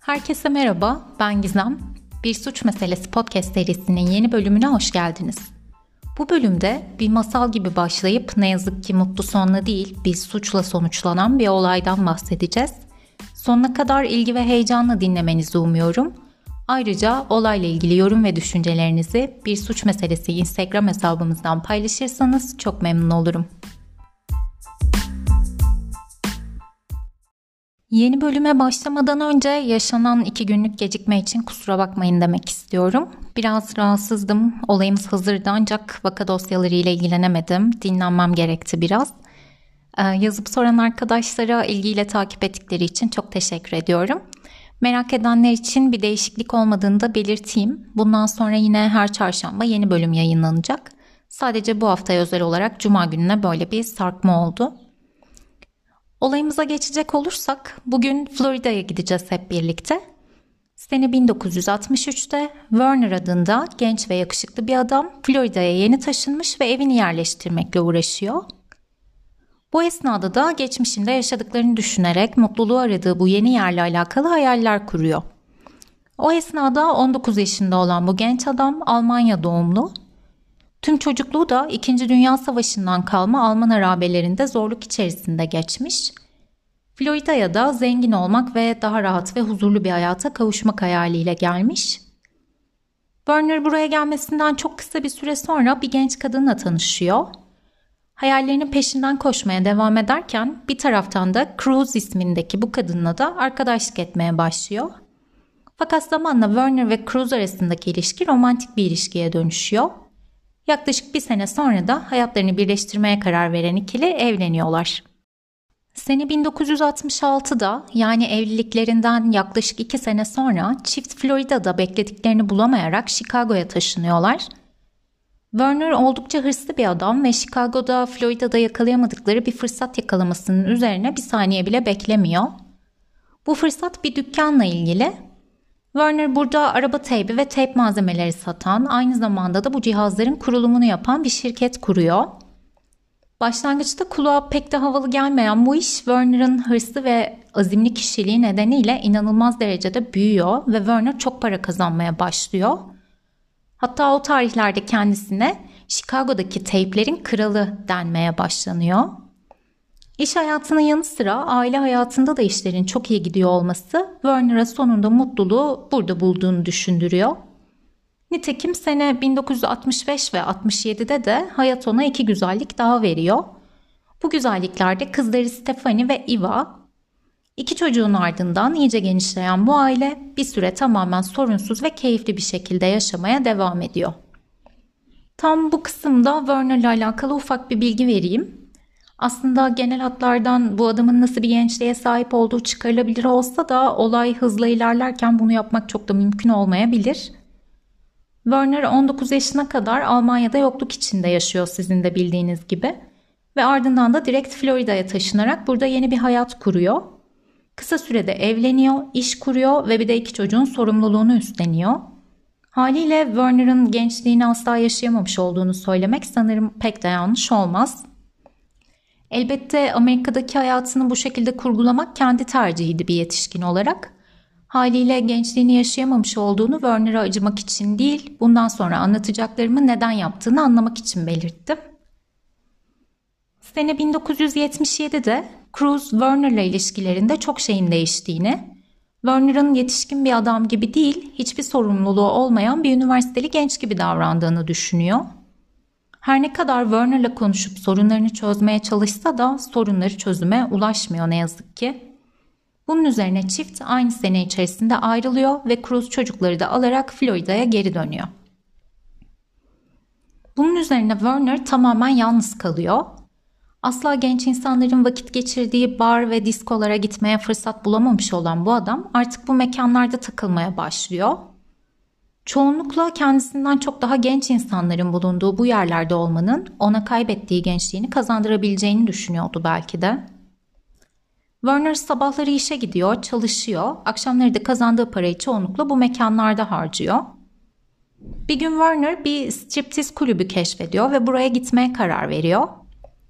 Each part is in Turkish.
Herkese merhaba, ben Gizem. Bir Suç Meselesi podcast serisinin yeni bölümüne hoş geldiniz. Bu bölümde bir masal gibi başlayıp ne yazık ki mutlu sonla değil, bir suçla sonuçlanan bir olaydan bahsedeceğiz. Sonuna kadar ilgi ve heyecanla dinlemenizi umuyorum. Ayrıca olayla ilgili yorum ve düşüncelerinizi Bir Suç Meselesi Instagram hesabımızdan paylaşırsanız çok memnun olurum. Yeni bölüme başlamadan önce yaşanan 2 günlük gecikme için kusura bakmayın demek istiyorum. Biraz rahatsızdım, olayımız hazırdı ancak vaka dosyaları ile ilgilenemedim, dinlenmem gerekti biraz. Yazıp soran arkadaşlara ilgiyle takip ettikleri için çok teşekkür ediyorum. Merak edenler için bir değişiklik olmadığını da belirteyim. Bundan sonra yine her çarşamba yeni bölüm yayınlanacak. Sadece bu haftaya özel olarak Cuma gününe böyle bir sarkma oldu. Olayımıza geçecek olursak bugün Florida'ya gideceğiz hep birlikte. Sene 1963'te Werner adında genç ve yakışıklı bir adam Florida'ya yeni taşınmış ve evini yerleştirmekle uğraşıyor. Bu esnada da geçmişinde yaşadıklarını düşünerek mutluluğu aradığı bu yeni yerle alakalı hayaller kuruyor. O esnada 19 yaşında olan bu genç adam Almanya doğumlu. Tüm çocukluğu da 2. Dünya Savaşı'ndan kalma Alman harabelerinde zorluk içerisinde geçmiş. Florida'ya da zengin olmak ve daha rahat ve huzurlu bir hayata kavuşmak hayaliyle gelmiş. Werner buraya gelmesinden çok kısa bir süre sonra bir genç kadınla tanışıyor. Hayallerinin peşinden koşmaya devam ederken bir taraftan da Cruz ismindeki bu kadınla da arkadaşlık etmeye başlıyor. Fakat zamanla Werner ve Cruz arasındaki ilişki romantik bir ilişkiye dönüşüyor. Yaklaşık bir sene sonra da hayatlarını birleştirmeye karar veren ikili evleniyorlar. Sene 1966'da yani evliliklerinden yaklaşık 2 sene sonra çift Florida'da beklediklerini bulamayarak Chicago'ya taşınıyorlar. Werner oldukça hırslı bir adam ve Chicago'da Florida'da yakalayamadıkları bir fırsat yakalamasının üzerine bir saniye bile beklemiyor. Bu fırsat bir dükkanla ilgili. Werner burada araba teybi ve teyp malzemeleri satan, aynı zamanda da bu cihazların kurulumunu yapan bir şirket kuruyor. Başlangıçta kulağa pek de havalı gelmeyen bu iş Werner'ın hırslı ve azimli kişiliği nedeniyle inanılmaz derecede büyüyor ve Werner çok para kazanmaya başlıyor. Hatta o tarihlerde kendisine Chicago'daki teyplerin kralı denmeye başlanıyor. İş hayatının yanı sıra aile hayatında da işlerin çok iyi gidiyor olması Werner'a sonunda mutluluğu burada bulduğunu düşündürüyor. Nitekim sene 1965 ve 67'de de hayat ona 2 güzellik daha veriyor. Bu güzelliklerde kızları Stephanie ve Eva. 2 çocuğun ardından iyice genişleyen bu aile bir süre tamamen sorunsuz ve keyifli bir şekilde yaşamaya devam ediyor. Tam bu kısımda Werner'la alakalı ufak bir bilgi vereyim. Aslında genel hatlardan bu adamın nasıl bir gençliğe sahip olduğu çıkarılabilir olsa da olay hızla ilerlerken bunu yapmak çok da mümkün olmayabilir. Werner 19 yaşına kadar Almanya'da yokluk içinde yaşıyor sizin de bildiğiniz gibi ve ardından da direkt Florida'ya taşınarak burada yeni bir hayat kuruyor. Kısa sürede evleniyor, iş kuruyor ve bir de 2 çocuğun sorumluluğunu üstleniyor. Haliyle Werner'ın gençliğini asla yaşayamamış olduğunu söylemek sanırım pek de yanlış olmaz. Elbette Amerika'daki hayatını bu şekilde kurgulamak kendi tercihiydi bir yetişkin olarak. Haliyle gençliğini yaşayamamış olduğunu Werner'a acımak için değil, bundan sonra anlatacaklarımı neden yaptığını anlamak için belirttim. Sene 1977'de Cruz Werner'la ilişkilerinde çok şeyin değiştiğini, Werner'ın yetişkin bir adam gibi değil, hiçbir sorumluluğu olmayan bir üniversiteli genç gibi davrandığını düşünüyor. Her ne kadar Werner'la konuşup sorunlarını çözmeye çalışsa da sorunları çözüme ulaşmıyor ne yazık ki. Bunun üzerine çift aynı sene içerisinde ayrılıyor ve Cruz çocukları da alarak Florida'ya geri dönüyor. Bunun üzerine Werner tamamen yalnız kalıyor. Asla genç insanların vakit geçirdiği bar ve diskolara gitmeye fırsat bulamamış olan bu adam artık bu mekanlarda takılmaya başlıyor. Çoğunlukla kendisinden çok daha genç insanların bulunduğu bu yerlerde olmanın ona kaybettiği gençliğini kazandırabileceğini düşünüyordu belki de. Werner sabahları işe gidiyor, çalışıyor, akşamları da kazandığı parayı çoğunlukla bu mekanlarda harcıyor. Bir gün Werner bir striptiz kulübü keşfediyor ve buraya gitmeye karar veriyor.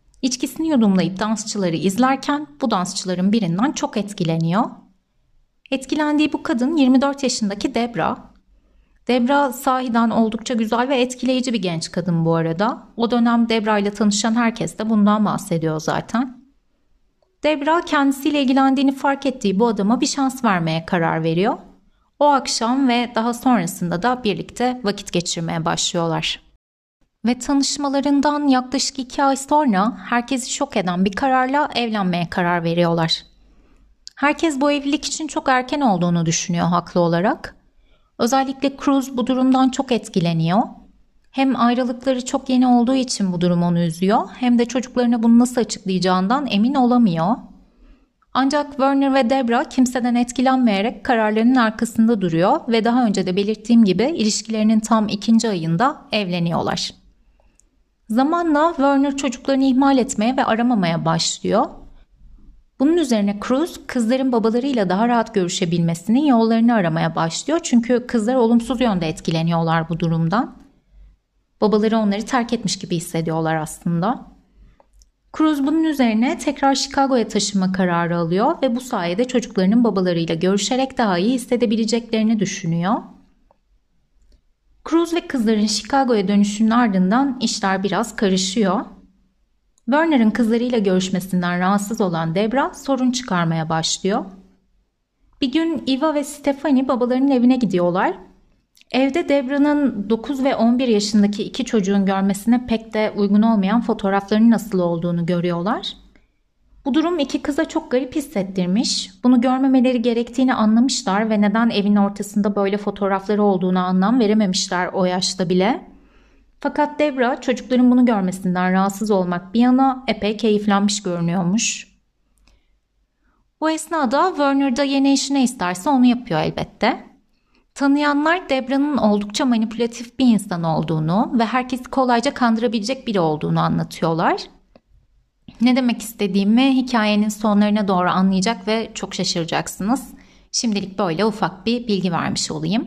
İçkisini yudumlayıp dansçıları izlerken bu dansçıların birinden çok etkileniyor. Etkilendiği bu kadın 24 yaşındaki Debra. Debra sahiden oldukça güzel ve etkileyici bir genç kadın bu arada. O dönem Debra ile tanışan herkes de bundan bahsediyor zaten. Debra kendisiyle ilgilendiğini fark ettiği bu adama bir şans vermeye karar veriyor. O akşam ve daha sonrasında da birlikte vakit geçirmeye başlıyorlar. Ve tanışmalarından yaklaşık 2 ay sonra herkesi şok eden bir kararla evlenmeye karar veriyorlar. Herkes bu evlilik için çok erken olduğunu düşünüyor haklı olarak. Özellikle Cruz bu durumdan çok etkileniyor. Hem ayrılıkları çok yeni olduğu için bu durum onu üzüyor, hem de çocuklarına bunu nasıl açıklayacağından emin olamıyor. Ancak Werner ve Debra kimseden etkilenmeyerek kararlarının arkasında duruyor ve daha önce de belirttiğim gibi ilişkilerinin tam 2. ayında evleniyorlar. Zamanla Werner çocuklarını ihmal etmeye ve aramamaya başlıyor. Bunun üzerine Cruz kızların babalarıyla daha rahat görüşebilmesinin yollarını aramaya başlıyor. Çünkü kızlar olumsuz yönde etkileniyorlar bu durumdan. Babaları onları terk etmiş gibi hissediyorlar aslında. Cruz bunun üzerine tekrar Chicago'ya taşınma kararı alıyor ve bu sayede çocuklarının babalarıyla görüşerek daha iyi hissedebileceklerini düşünüyor. Cruz ve kızların Chicago'ya dönüşünün ardından işler biraz karışıyor. Werner'ın kızlarıyla görüşmesinden rahatsız olan Debra sorun çıkarmaya başlıyor. Bir gün Eva ve Stephanie babalarının evine gidiyorlar. Evde Debra'nın 9 ve 11 yaşındaki 2 çocuğun görmesine pek de uygun olmayan fotoğraflarının nasıl olduğunu görüyorlar. Bu durum 2 kıza çok garip hissettirmiş. Bunu görmemeleri gerektiğini anlamışlar ve neden evin ortasında böyle fotoğrafları olduğunu anlam verememişler o yaşta bile. Fakat Debra çocukların bunu görmesinden rahatsız olmak bir yana epey keyiflenmiş görünüyormuş. Bu esnada Werner da yeni eşi ne isterse onu yapıyor elbette. Tanıyanlar Debra'nın oldukça manipülatif bir insan olduğunu ve herkesi kolayca kandırabilecek biri olduğunu anlatıyorlar. Ne demek istediğimi hikayenin sonlarına doğru anlayacak ve çok şaşıracaksınız. Şimdilik böyle ufak bir bilgi vermiş olayım.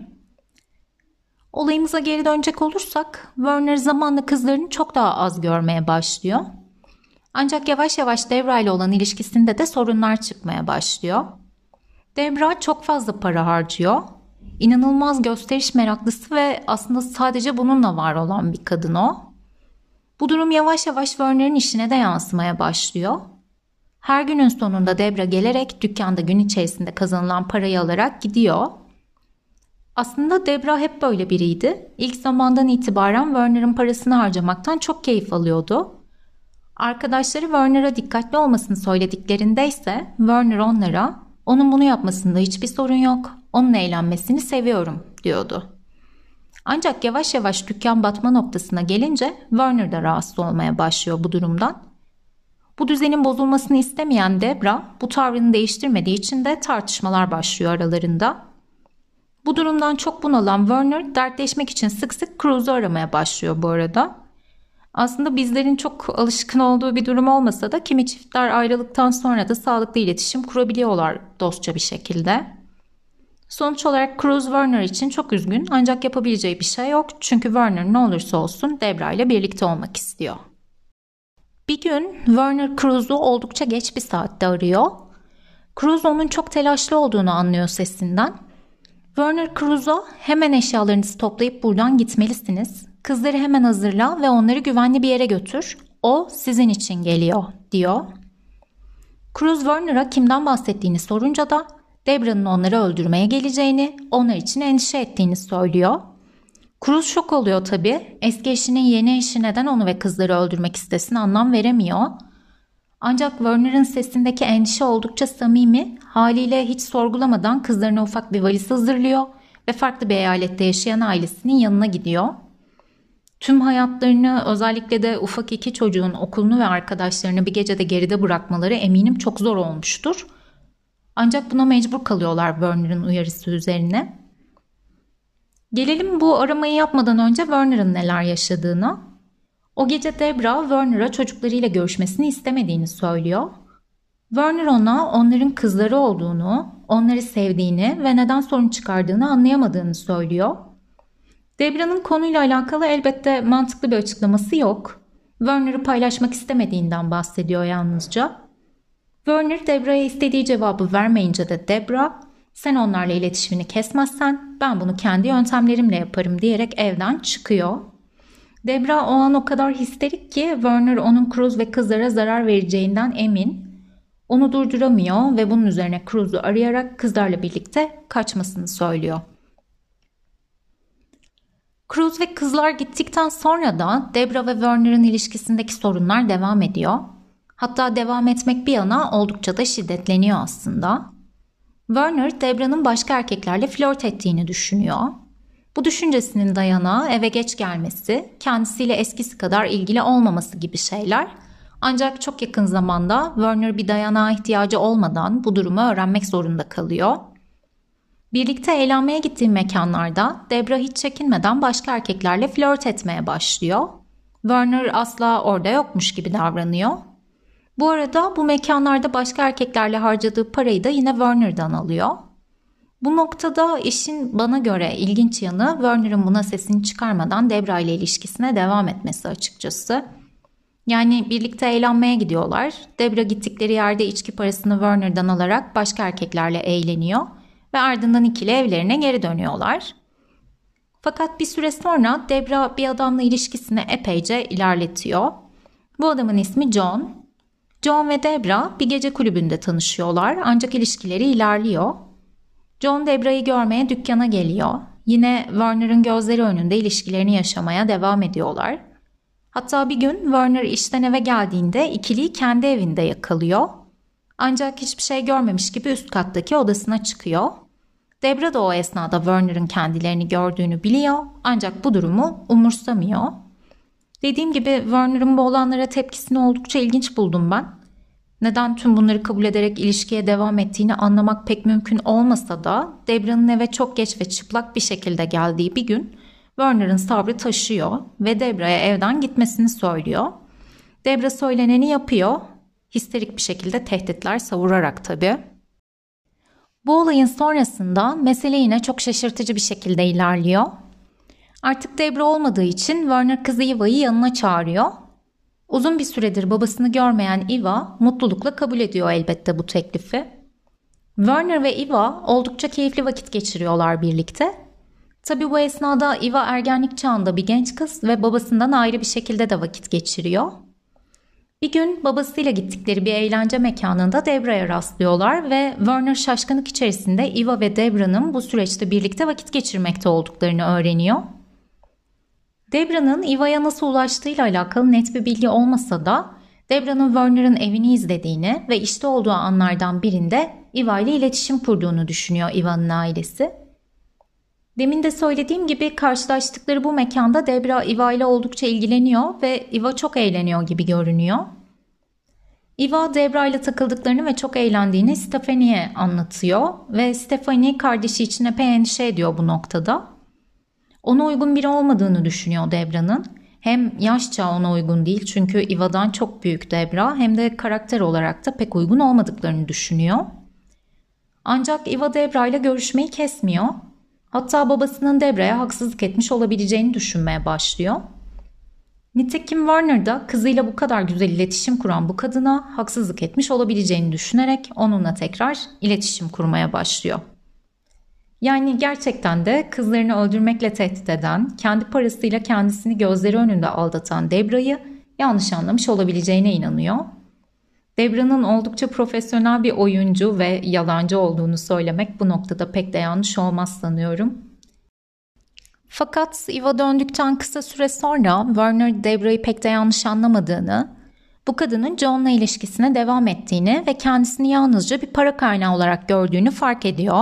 Olayımıza geri dönecek olursak Werner zamanla kızlarını çok daha az görmeye başlıyor. Ancak yavaş yavaş Debra ile olan ilişkisinde de sorunlar çıkmaya başlıyor. Debra çok fazla para harcıyor. İnanılmaz gösteriş meraklısı ve aslında sadece bununla var olan bir kadın o. Bu durum yavaş yavaş Werner'in işine de yansımaya başlıyor. Her günün sonunda Debra gelerek dükkanda gün içerisinde kazanılan parayı alarak gidiyor. Aslında Debra hep böyle biriydi. İlk zamandan itibaren Werner'ın parasını harcamaktan çok keyif alıyordu. Arkadaşları Werner'a dikkatli olmasını söylediklerinde ise Werner onlara "Onun bunu yapmasında hiçbir sorun yok, onun eğlenmesini seviyorum" diyordu. Ancak yavaş yavaş dükkan batma noktasına gelince Werner da rahatsız olmaya başlıyor bu durumdan. Bu düzenin bozulmasını istemeyen Debra bu tavrını değiştirmediği için de tartışmalar başlıyor aralarında. Bu durumdan çok bunalan Werner dertleşmek için sık sık Cruz'u aramaya başlıyor bu arada. Aslında bizlerin çok alışkın olduğu bir durum olmasa da kimi çiftler ayrılıktan sonra da sağlıklı iletişim kurabiliyorlar dostça bir şekilde. Sonuç olarak Cruz Werner için çok üzgün ancak yapabileceği bir şey yok çünkü Werner ne olursa olsun Debra ile birlikte olmak istiyor. Bir gün Werner Cruz'u oldukça geç bir saatte arıyor. Cruz onun çok telaşlı olduğunu anlıyor sesinden. Werner Cruz'a "Hemen eşyalarınızı toplayıp buradan gitmelisiniz. Kızları hemen hazırla ve onları güvenli bir yere götür. O sizin için geliyor" diyor. Cruz Werner'a kimden bahsettiğini sorunca da Debra'nın onları öldürmeye geleceğini, onlar için endişe ettiğini söylüyor. Cruz şok oluyor tabii. Eski eşinin yeni eşi neden onu ve kızları öldürmek istesin anlam veremiyor. Ancak Werner'ın sesindeki endişe oldukça samimi, haliyle hiç sorgulamadan kızlarına ufak bir valiz hazırlıyor ve farklı bir eyalette yaşayan ailesinin yanına gidiyor. Tüm hayatlarını, özellikle de ufak 2 çocuğun okulunu ve arkadaşlarını bir gecede geride bırakmaları eminim çok zor olmuştur. Ancak buna mecbur kalıyorlar Werner'ın uyarısı üzerine. Gelelim bu aramayı yapmadan önce Werner'ın neler yaşadığına. O gece Debra Werner'a çocuklarıyla görüşmesini istemediğini söylüyor. Werner ona onların kızları olduğunu, onları sevdiğini ve neden sorun çıkardığını anlayamadığını söylüyor. Debra'nın konuyla alakalı elbette mantıklı bir açıklaması yok. Werner'ı paylaşmak istemediğinden bahsediyor yalnızca. Werner Debra'ya istediği cevabı vermeyince de Debra, Sen onlarla iletişimini kesmezsen ben bunu kendi yöntemlerimle yaparım diyerek evden çıkıyor. Debra o an o kadar histerik ki Werner onun Cruz ve kızlara zarar vereceğinden emin. Onu durduramıyor ve bunun üzerine Cruz'u arayarak kızlarla birlikte kaçmasını söylüyor. Cruz ve kızlar gittikten sonra da Debra ve Werner'ın ilişkisindeki sorunlar devam ediyor. Hatta devam etmek bir yana oldukça da şiddetleniyor aslında. Werner, Debra'nın başka erkeklerle flört ettiğini düşünüyor. Bu düşüncesinin dayanağı eve geç gelmesi, kendisiyle eskisi kadar ilgili olmaması gibi şeyler. Ancak çok yakın zamanda Werner bir dayanağa ihtiyacı olmadan bu durumu öğrenmek zorunda kalıyor. Birlikte eğlenmeye gittiği mekanlarda Debra hiç çekinmeden başka erkeklerle flört etmeye başlıyor. Werner asla orada yokmuş gibi davranıyor. Bu arada bu mekanlarda başka erkeklerle harcadığı parayı da yine Werner'dan alıyor. Bu noktada işin bana göre ilginç yanı Werner'ın buna sesini çıkarmadan Debra ile ilişkisine devam etmesi açıkçası. Yani birlikte eğlenmeye gidiyorlar. Debra gittikleri yerde içki parasını Werner'dan alarak başka erkeklerle eğleniyor ve ardından ikili evlerine geri dönüyorlar. Fakat bir süre sonra Debra bir adamla ilişkisini epeyce ilerletiyor. Bu adamın ismi John. John ve Debra bir gece kulübünde tanışıyorlar ancak ilişkileri ilerliyor. John Debra'yı görmeye dükkana geliyor. Yine Werner'ın gözleri önünde ilişkilerini yaşamaya devam ediyorlar. Hatta bir gün Werner işten eve geldiğinde ikiliyi kendi evinde yakalıyor. Ancak hiçbir şey görmemiş gibi üst kattaki odasına çıkıyor. Debra da o esnada Werner'ın kendilerini gördüğünü biliyor ancak bu durumu umursamıyor. Dediğim gibi Werner'ın bu olanlara tepkisini oldukça ilginç buldum ben. Neden tüm bunları kabul ederek ilişkiye devam ettiğini anlamak pek mümkün olmasa da Debra'nın eve çok geç ve çıplak bir şekilde geldiği bir gün Werner'ın sabrı taşıyor ve Debra'ya evden gitmesini söylüyor. Debra söyleneni yapıyor, histerik bir şekilde tehditler savurarak tabii. Bu olayın sonrasında mesele yine çok şaşırtıcı bir şekilde ilerliyor. Artık Debra olmadığı için Werner kızı Eva'yı yanına çağırıyor. Uzun bir süredir babasını görmeyen Eva mutlulukla kabul ediyor elbette bu teklifi. Werner ve Eva oldukça keyifli vakit geçiriyorlar birlikte. Tabii bu esnada Eva ergenlik çağında bir genç kız ve babasından ayrı bir şekilde de vakit geçiriyor. Bir gün babasıyla gittikleri bir eğlence mekanında Debra'ya rastlıyorlar ve Werner şaşkınlık içerisinde Eva ve Debra'nın bu süreçte birlikte vakit geçirmekte olduklarını öğreniyor. Debra'nın Eva'ya nasıl ulaştığıyla alakalı net bir bilgi olmasa da Debra'nın Werner'ın evini izlediğini ve işte olduğu anlardan birinde Eva ile iletişim kurduğunu düşünüyor Eva'nın ailesi. Demin de söylediğim gibi karşılaştıkları bu mekanda Debra Eva ile oldukça ilgileniyor ve Eva çok eğleniyor gibi görünüyor. Eva Debra ile takıldıklarını ve çok eğlendiğini Stephanie'ye anlatıyor ve Stephanie kardeşi için epey endişe ediyor bu noktada. Ona uygun biri olmadığını düşünüyor Debra'nın. Hem yaşça ona uygun değil çünkü Eva'dan çok büyük Debra, hem de karakter olarak da pek uygun olmadıklarını düşünüyor. Ancak Eva Debra ile görüşmeyi kesmiyor. Hatta babasının Debra'ya haksızlık etmiş olabileceğini düşünmeye başlıyor. Nitekim Werner da kızıyla bu kadar güzel iletişim kuran bu kadına haksızlık etmiş olabileceğini düşünerek onunla tekrar iletişim kurmaya başlıyor. Yani gerçekten de kızlarını öldürmekle tehdit eden, kendi parasıyla kendisini gözleri önünde aldatan Debra'yı yanlış anlamış olabileceğine inanıyor. Debra'nın oldukça profesyonel bir oyuncu ve yalancı olduğunu söylemek bu noktada pek de yanlış olmaz sanıyorum. Fakat Eva döndükten kısa süre sonra Werner Debra'yı pek de yanlış anlamadığını, bu kadının John'la ilişkisine devam ettiğini ve kendisini yalnızca bir para kaynağı olarak gördüğünü fark ediyor.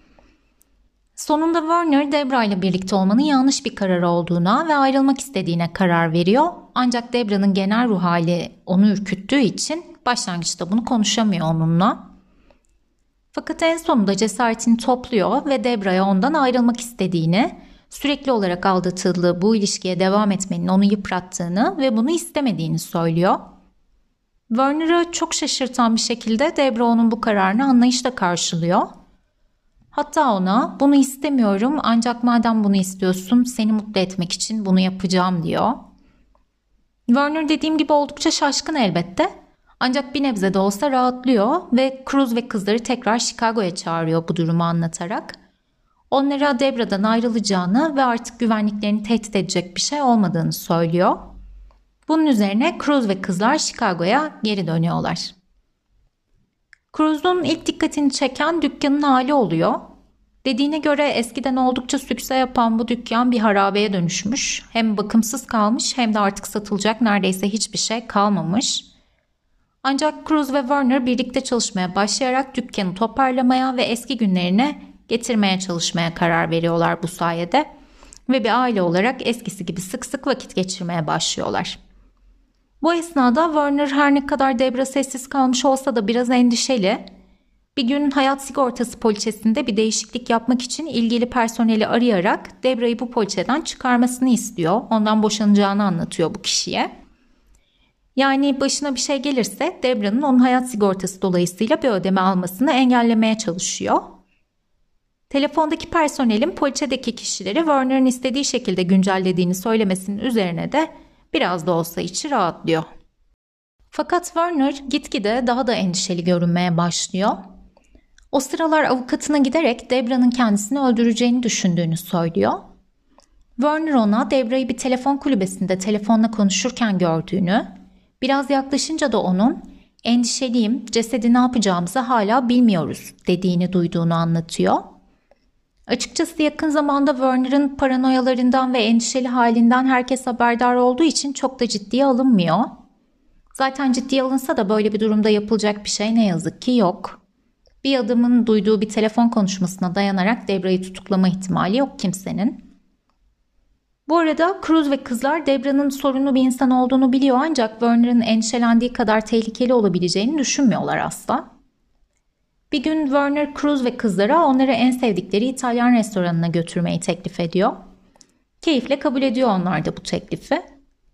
Sonunda Werner Debra ile birlikte olmanın yanlış bir karar olduğuna ve ayrılmak istediğine karar veriyor. Ancak Debra'nın genel ruh hali onu ürküttüğü için başlangıçta bunu konuşamıyor onunla. Fakat en sonunda cesaretini topluyor ve Debra'ya ondan ayrılmak istediğini, sürekli olarak aldatıldığı bu ilişkiye devam etmenin onu yıprattığını ve bunu istemediğini söylüyor. Werner'ı çok şaşırtan bir şekilde Debra onun bu kararını anlayışla karşılıyor. Hatta ona bunu istemiyorum ancak madem bunu istiyorsun seni mutlu etmek için bunu yapacağım diyor. Werner dediğim gibi oldukça şaşkın elbette. Ancak bir nebze de olsa rahatlıyor ve Cruz ve kızları tekrar Chicago'ya çağırıyor bu durumu anlatarak. Onlara Debra'dan ayrılacağını ve artık güvenliklerini tehdit edecek bir şey olmadığını söylüyor. Bunun üzerine Cruz ve kızlar Chicago'ya geri dönüyorlar. Cruz'un ilk dikkatini çeken dükkanın hali oluyor. Dediğine göre eskiden oldukça sükse yapan bu dükkan bir harabeye dönüşmüş. Hem bakımsız kalmış hem de artık satılacak neredeyse hiçbir şey kalmamış. Ancak Cruz ve Werner birlikte çalışmaya başlayarak dükkanı toparlamaya ve eski günlerine getirmeye çalışmaya karar veriyorlar bu sayede. Ve bir aile olarak eskisi gibi sık sık vakit geçirmeye başlıyorlar. Bu esnada Werner her ne kadar Debra sessiz kalmış olsa da biraz endişeli. Bir gün hayat sigortası poliçesinde bir değişiklik yapmak için ilgili personeli arayarak Debra'yı bu poliçeden çıkarmasını istiyor. Ondan boşanacağını anlatıyor bu kişiye. Yani başına bir şey gelirse Debra'nın onun hayat sigortası dolayısıyla bir ödeme almasını engellemeye çalışıyor. Telefondaki personelin poliçedeki kişileri Werner'ın istediği şekilde güncellediğini söylemesinin üzerine de biraz da olsa içi rahatlıyor. Fakat Werner gitgide daha da endişeli görünmeye başlıyor. O sıralar avukatına giderek Debra'nın kendisini öldüreceğini düşündüğünü söylüyor. Werner ona Debra'yı bir telefon kulübesinde telefonla konuşurken gördüğünü, biraz yaklaşınca da onun "Endişeliyim, cesedi ne yapacağımızı hala bilmiyoruz" dediğini duyduğunu anlatıyor. Açıkçası yakın zamanda Werner'ın paranoyalarından ve endişeli halinden herkes haberdar olduğu için çok da ciddiye alınmıyor. Zaten ciddiye alınsa da böyle bir durumda yapılacak bir şey ne yazık ki yok. Bir adamın duyduğu bir telefon konuşmasına dayanarak Debra'yı tutuklama ihtimali yok kimsenin. Bu arada Cruz ve kızlar Debra'nın sorunlu bir insan olduğunu biliyor ancak Werner'ın endişelendiği kadar tehlikeli olabileceğini düşünmüyorlar asla. Bir gün Werner, Cruz ve kızlara onları en sevdikleri İtalyan restoranına götürmeyi teklif ediyor. Keyifle kabul ediyor onlar da bu teklifi.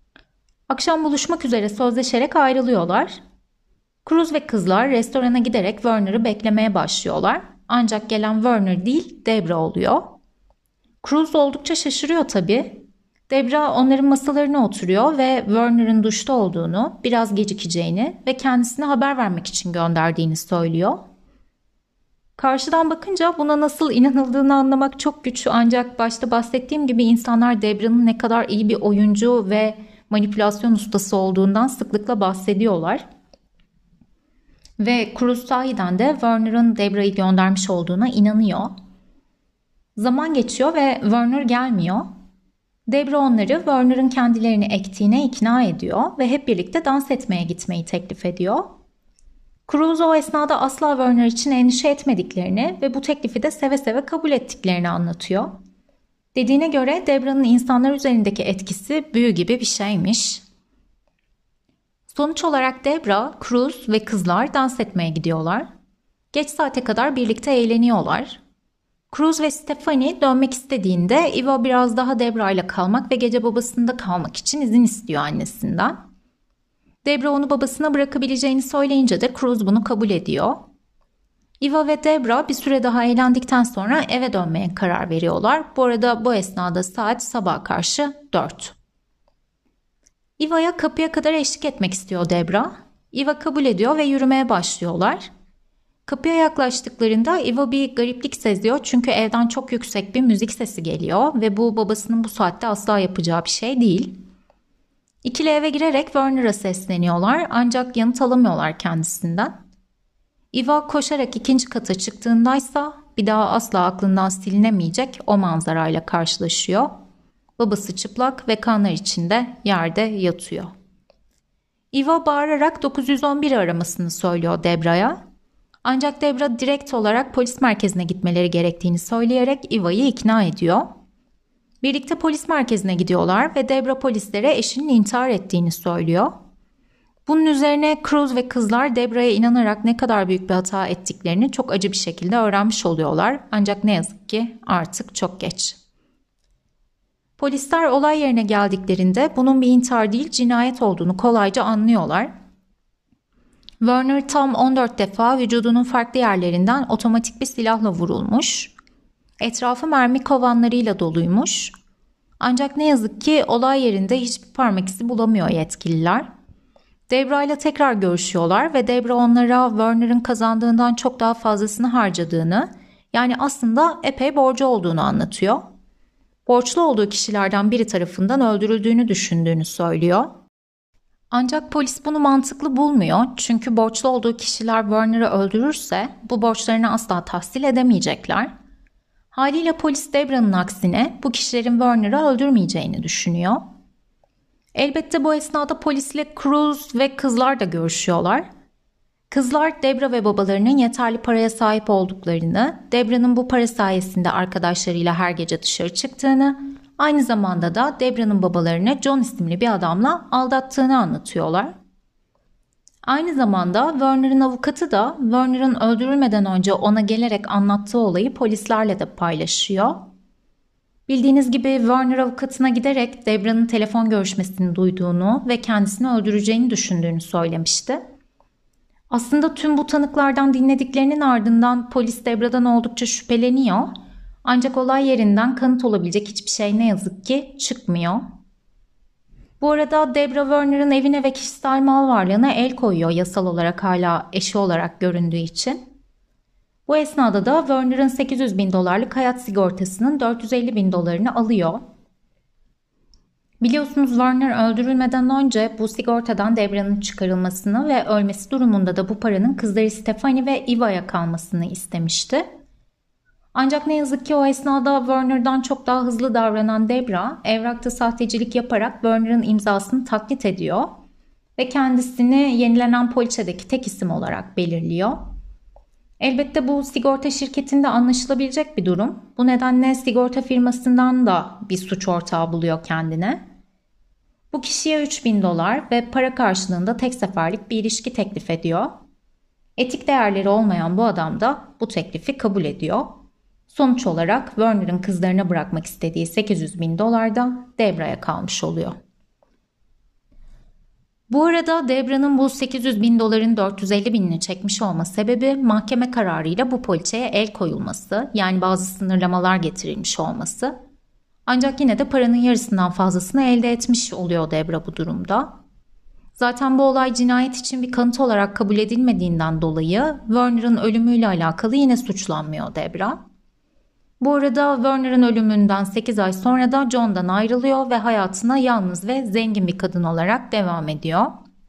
Akşam buluşmak üzere sözleşerek ayrılıyorlar. Cruz ve kızlar restorana giderek Werner'ı beklemeye başlıyorlar. Ancak gelen Werner değil, Debra oluyor. Cruz oldukça şaşırıyor tabii. Debra onların masalarına oturuyor ve Werner'ın duşta olduğunu, biraz gecikeceğini ve kendisine haber vermek için gönderdiğini söylüyor. Karşıdan bakınca buna nasıl inanıldığını anlamak çok güç ancak başta bahsettiğim gibi insanlar Debra'nın ne kadar iyi bir oyuncu ve manipülasyon ustası olduğundan sıklıkla bahsediyorlar. Ve Cruz sahiden de Werner'ın Debra'yı göndermiş olduğuna inanıyor. Zaman geçiyor ve Werner gelmiyor. Debra onları Werner'ın kendilerini ektiğine ikna ediyor ve hep birlikte dans etmeye gitmeyi teklif ediyor. Cruz o esnada asla Werner için endişe etmediklerini ve bu teklifi de seve seve kabul ettiklerini anlatıyor. Dediğine göre Debra'nın insanlar üzerindeki etkisi büyü gibi bir şeymiş. Sonuç olarak Debra, Cruz ve kızlar dans etmeye gidiyorlar. Geç saate kadar birlikte eğleniyorlar. Cruz ve Stephanie dönmek istediğinde Eva biraz daha Debra ile kalmak ve gece babasında kalmak için izin istiyor annesinden. Debra onu babasına bırakabileceğini söyleyince de Cruz bunu kabul ediyor. Eva ve Debra bir süre daha eğlendikten sonra eve dönmeye karar veriyorlar. Bu arada bu esnada saat sabaha karşı 4. Eva'ya kapıya kadar eşlik etmek istiyor Debra. Eva kabul ediyor ve yürümeye başlıyorlar. Kapıya yaklaştıklarında Eva bir gariplik seziyor çünkü evden çok yüksek bir müzik sesi geliyor ve bu babasının bu saatte asla yapacağı bir şey değil. İkili eve girerek Werner'a sesleniyorlar ancak yanıt alamıyorlar kendisinden. Eva koşarak ikinci kata çıktığındaysa bir daha asla aklından silinemeyecek o manzarayla karşılaşıyor. Babası çıplak ve kanlar içinde yerde yatıyor. Eva bağırarak 911 aramasını söylüyor Debra'ya. Ancak Debra direkt olarak polis merkezine gitmeleri gerektiğini söyleyerek Eva'yı ikna ediyor. Birlikte polis merkezine gidiyorlar ve Debra polislere eşinin intihar ettiğini söylüyor. Bunun üzerine Cruz ve kızlar Debra'ya inanarak ne kadar büyük bir hata ettiklerini çok acı bir şekilde öğrenmiş oluyorlar. Ancak ne yazık ki artık çok geç. Polisler olay yerine geldiklerinde bunun bir intihar değil cinayet olduğunu kolayca anlıyorlar. Werner tam 14 defa vücudunun farklı yerlerinden otomatik bir silahla vurulmuş. Etrafı mermi kovanlarıyla doluymuş. Ancak ne yazık ki olay yerinde hiçbir parmak izi bulamıyor yetkililer. Debra ile tekrar görüşüyorlar ve Debra onlara Werner'ın kazandığından çok daha fazlasını harcadığını, yani aslında epey borcu olduğunu anlatıyor. Borçlu olduğu kişilerden biri tarafından öldürüldüğünü düşündüğünü söylüyor. Ancak polis bunu mantıklı bulmuyor, çünkü borçlu olduğu kişiler Werner'ı öldürürse bu borçlarını asla tahsil edemeyecekler. Haliyle polis Debra'nın aksine bu kişilerin Werner'ı öldürmeyeceğini düşünüyor. Elbette bu esnada polisle Cruz ve kızlar da görüşüyorlar. Kızlar Debra ve babalarının yeterli paraya sahip olduklarını, Debra'nın bu para sayesinde arkadaşlarıyla her gece dışarı çıktığını, aynı zamanda da Debra'nın babalarını John isimli bir adamla aldattığını anlatıyorlar. Aynı zamanda Werner'ın avukatı da Werner'ın öldürülmeden önce ona gelerek anlattığı olayı polislerle de paylaşıyor. Bildiğiniz gibi Werner avukatına giderek Debra'nın telefon görüşmesini duyduğunu ve kendisini öldüreceğini düşündüğünü söylemişti. Aslında tüm bu tanıklardan dinlediklerinin ardından polis Debra'dan oldukça şüpheleniyor. Ancak olay yerinden kanıt olabilecek hiçbir şey ne yazık ki çıkmıyor. Bu arada Debra Werner'ın evine ve kişisel mal varlığına el koyuyor, yasal olarak hala eşi olarak göründüğü için. Bu esnada da Werner'ın 800 bin dolarlık hayat sigortasının 450 bin dolarını alıyor. Biliyorsunuz Werner öldürülmeden önce bu sigortadan Debra'nın çıkarılmasını ve ölmesi durumunda da bu paranın kızları Stephanie ve Eva'ya kalmasını istemişti. Ancak ne yazık ki o esnada Werner'dan çok daha hızlı davranan Debra, evrakta sahtecilik yaparak Werner'ın imzasını taklit ediyor ve kendisini yenilenen poliçedeki tek isim olarak belirliyor. Elbette bu sigorta şirketinde anlaşılabilecek bir durum. Bu nedenle sigorta firmasından da bir suç ortağı buluyor kendine. Bu kişiye 3.000 dolar ve para karşılığında tek seferlik bir ilişki teklif ediyor. Etik değerleri olmayan bu adam da bu teklifi kabul ediyor. Sonuç olarak Werner'ın kızlarına bırakmak istediği 800 bin dolar da Debra'ya kalmış oluyor. Bu arada Debra'nın bu 800 bin doların 450 binini çekmiş olma sebebi mahkeme kararıyla bu poliçeye el koyulması, yani bazı sınırlamalar getirilmiş olması. Ancak yine de paranın yarısından fazlasını elde etmiş oluyor Debra bu durumda. Zaten bu olay cinayet için bir kanıt olarak kabul edilmediğinden dolayı Werner'ın ölümüyle alakalı yine suçlanmıyor Debra. Bu arada Werner'ın ölümünden 8 ay sonra da John'dan ayrılıyor ve hayatına yalnız ve zengin bir kadın olarak devam ediyor.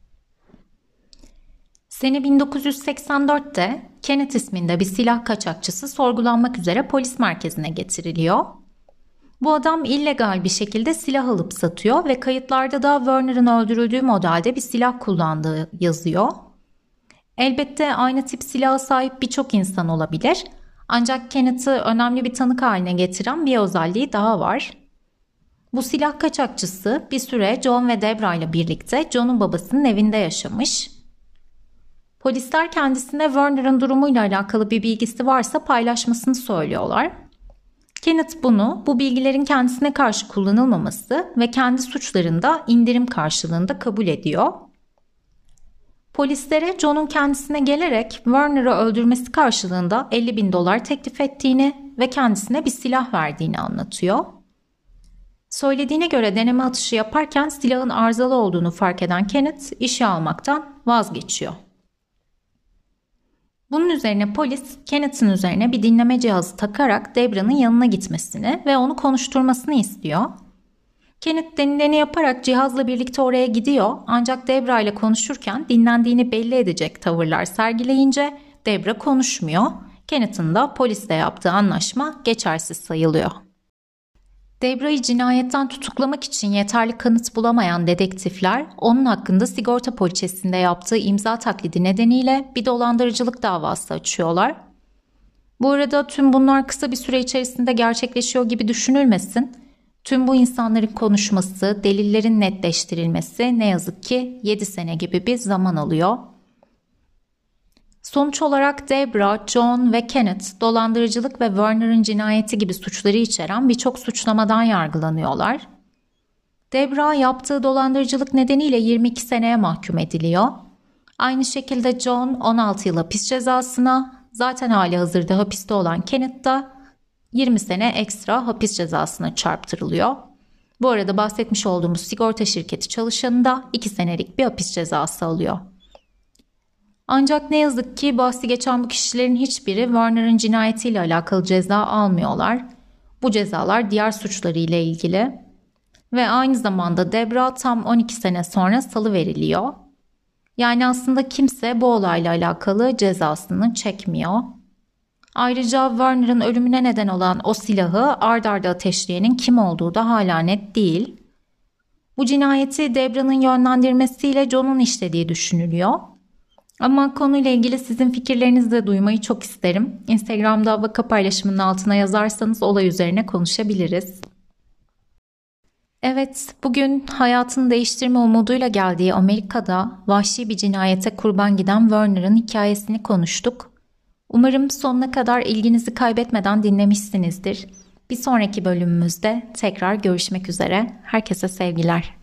Sene 1984'te Kenneth isminde bir silah kaçakçısı sorgulanmak üzere polis merkezine getiriliyor. Bu adam illegal bir şekilde silah alıp satıyor ve kayıtlarda da Werner'ın öldürüldüğü modelde bir silah kullandığı yazıyor. Elbette aynı tip silaha sahip birçok insan olabilir. Ancak Kenneth'ı önemli bir tanık haline getiren bir özelliği daha var. Bu silah kaçakçısı bir süre John ve Debra ile birlikte John'un babasının evinde yaşamış. Polisler kendisine Werner'ın durumuyla alakalı bir bilgisi varsa paylaşmasını söylüyorlar. Kenneth bu bilgilerin kendisine karşı kullanılmaması ve kendi suçlarında indirim karşılığında kabul ediyor. Polislere John'un kendisine gelerek Werner'ı öldürmesi karşılığında 50 bin dolar teklif ettiğini ve kendisine bir silah verdiğini anlatıyor. Söylediğine göre deneme atışı yaparken silahın arızalı olduğunu fark eden Kenneth işe almaktan vazgeçiyor. Bunun üzerine polis Kenneth'in üzerine bir dinleme cihazı takarak Debra'nın yanına gitmesini ve onu konuşturmasını istiyor. Kenneth denileni yaparak cihazla birlikte oraya gidiyor, ancak Debra ile konuşurken dinlendiğini belli edecek tavırlar sergileyince Debra konuşmuyor. Kenneth'in de polisle yaptığı anlaşma geçersiz sayılıyor. Debra'yı cinayetten tutuklamak için yeterli kanıt bulamayan dedektifler onun hakkında sigorta poliçesinde yaptığı imza taklidi nedeniyle bir dolandırıcılık davası açıyorlar. Bu arada tüm bunlar kısa bir süre içerisinde gerçekleşiyor gibi düşünülmesin. Tüm bu insanların konuşması, delillerin netleştirilmesi ne yazık ki 7 sene gibi bir zaman alıyor. Sonuç olarak Debra, John ve Kenneth dolandırıcılık ve Werner'ın cinayeti gibi suçları içeren birçok suçlamadan yargılanıyorlar. Debra yaptığı dolandırıcılık nedeniyle 22 seneye mahkum ediliyor. Aynı şekilde John 16 yıl hapis cezasına, zaten hali hazırda hapiste olan Kenneth da 20 sene ekstra hapis cezasına çarptırılıyor. Bu arada bahsetmiş olduğumuz sigorta şirketi çalışanı da 2 senelik bir hapis cezası alıyor. Ancak ne yazık ki bahsi geçen bu kişilerin hiçbiri Werner'ın cinayetiyle alakalı ceza almıyorlar. Bu cezalar diğer suçlarıyla ilgili ve aynı zamanda Debra tam 12 sene sonra salıveriliyor. Yani aslında kimse bu olayla alakalı cezasını çekmiyor. Ayrıca Werner'ın ölümüne neden olan o silahı ard arda ateşleyenin kim olduğu da hala net değil. Bu cinayeti Debra'nın yönlendirmesiyle John'un işlediği düşünülüyor. Ama konuyla ilgili sizin fikirlerinizi de duymayı çok isterim. Instagram'da vaka paylaşımının altına yazarsanız olay üzerine konuşabiliriz. Evet, bugün hayatını değiştirme umuduyla geldiği Amerika'da vahşi bir cinayete kurban giden Werner'ın hikayesini konuştuk. Umarım sonuna kadar ilginizi kaybetmeden dinlemişsinizdir. Bir sonraki bölümümüzde tekrar görüşmek üzere. Herkese sevgiler.